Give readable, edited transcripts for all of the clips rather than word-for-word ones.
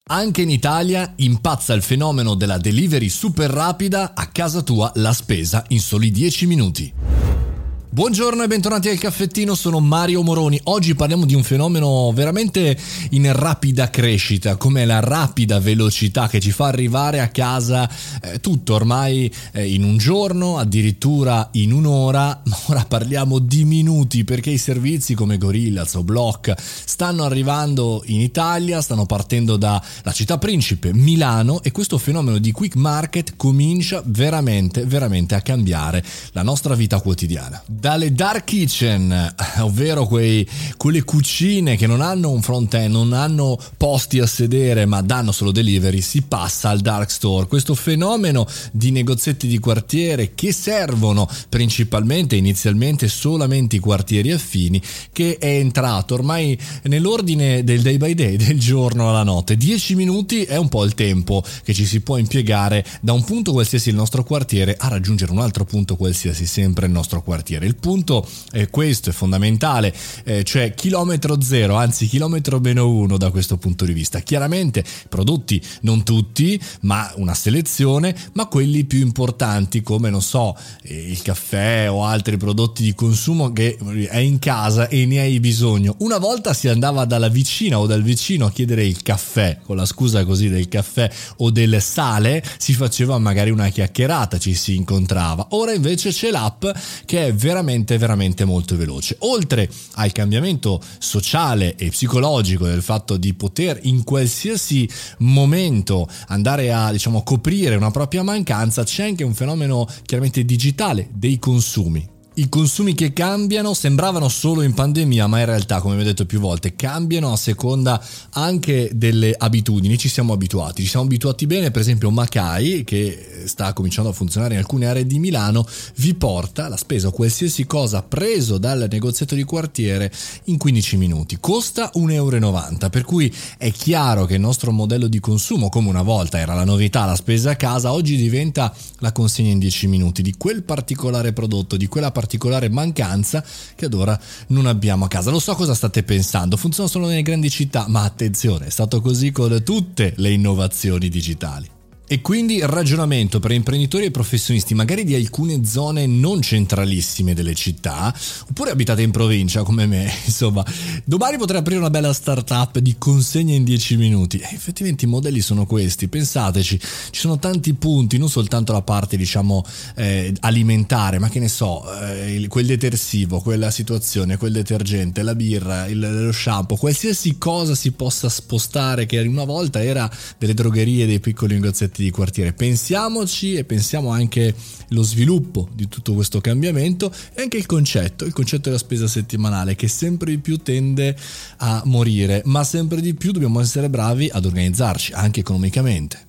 Anche in Italia impazza il fenomeno della delivery super rapida, a casa tua la spesa in soli 10 minuti. Buongiorno e bentornati al caffettino, sono Mario Moroni. Oggi parliamo di un fenomeno veramente in rapida crescita, come la rapida velocità che ci fa arrivare a casa tutto ormai in un giorno, addirittura in un'ora, ma ora parliamo di minuti perché i servizi come Gorillaz o Block stanno arrivando in Italia, stanno partendo dalla città principe, Milano, e questo fenomeno di quick market comincia veramente a cambiare la nostra vita quotidiana. Dalle dark kitchen, ovvero quelle cucine che non hanno un front-end, non hanno posti a sedere ma danno solo delivery, si passa al dark store, questo fenomeno di negozietti di quartiere che servono principalmente, inizialmente solamente i quartieri affini, che è entrato ormai nell'ordine del day by day, del giorno alla notte. 10 minuti è un po' il tempo che ci si può impiegare da un punto qualsiasi del nostro quartiere a raggiungere un altro punto qualsiasi sempre il nostro quartiere. Il punto è questo, è fondamentale, cioè chilometro zero, anzi chilometro meno uno da questo punto di vista. Chiaramente prodotti non tutti, ma una selezione, ma quelli più importanti come non so il caffè o altri prodotti di consumo che è in casa e ne hai bisogno. Una volta si andava dalla vicina o dal vicino a chiedere il caffè, con la scusa così del caffè o del sale, si faceva magari una chiacchierata, ci si incontrava. Ora invece c'è l'app che è veramente molto veloce. Oltre al cambiamento sociale e psicologico del fatto di poter in qualsiasi momento andare a coprire una propria mancanza, c'è anche un fenomeno chiaramente digitale dei consumi. I consumi che cambiano sembravano solo in pandemia, ma in realtà, come vi ho detto più volte, cambiano a seconda anche delle abitudini. Ci siamo abituati bene. Per esempio Macai, che sta cominciando a funzionare in alcune aree di Milano, vi porta la spesa o qualsiasi cosa preso dal negozietto di quartiere in 15 minuti. Costa 1,90 €, per cui è chiaro che il nostro modello di consumo, come una volta era la novità, la spesa a casa, oggi diventa la consegna in 10 minuti di quel particolare prodotto, di quella particolare mancanza che ad ora non abbiamo a casa. Lo so cosa state pensando, funziona solo nelle grandi città, ma attenzione, è stato così con tutte le innovazioni digitali. E quindi ragionamento per imprenditori e professionisti magari di alcune zone non centralissime delle città, oppure abitate in provincia come me, insomma, domani potrei aprire una bella startup di consegna in 10 minuti. E effettivamente i modelli sono questi, pensateci, ci sono tanti punti, non soltanto la parte alimentare, ma che ne so, quel detersivo, quella situazione, quel detergente, la birra, lo shampoo, qualsiasi cosa si possa spostare che una volta era delle drogherie, dei piccoli negozietti di quartiere. Pensiamoci e pensiamo anche allo sviluppo di tutto questo cambiamento e anche il concetto della spesa settimanale che sempre di più tende a morire, ma sempre di più dobbiamo essere bravi ad organizzarci anche economicamente.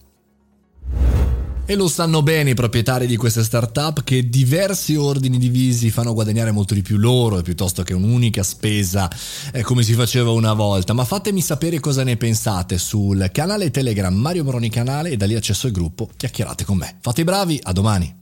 E lo sanno bene i proprietari di queste startup che diversi ordini divisi fanno guadagnare molto di più loro piuttosto che un'unica spesa come si faceva una volta. Ma fatemi sapere cosa ne pensate sul canale Telegram Mario Moroni Canale e da lì accesso al gruppo Chiacchierate con me. Fate i bravi, a domani!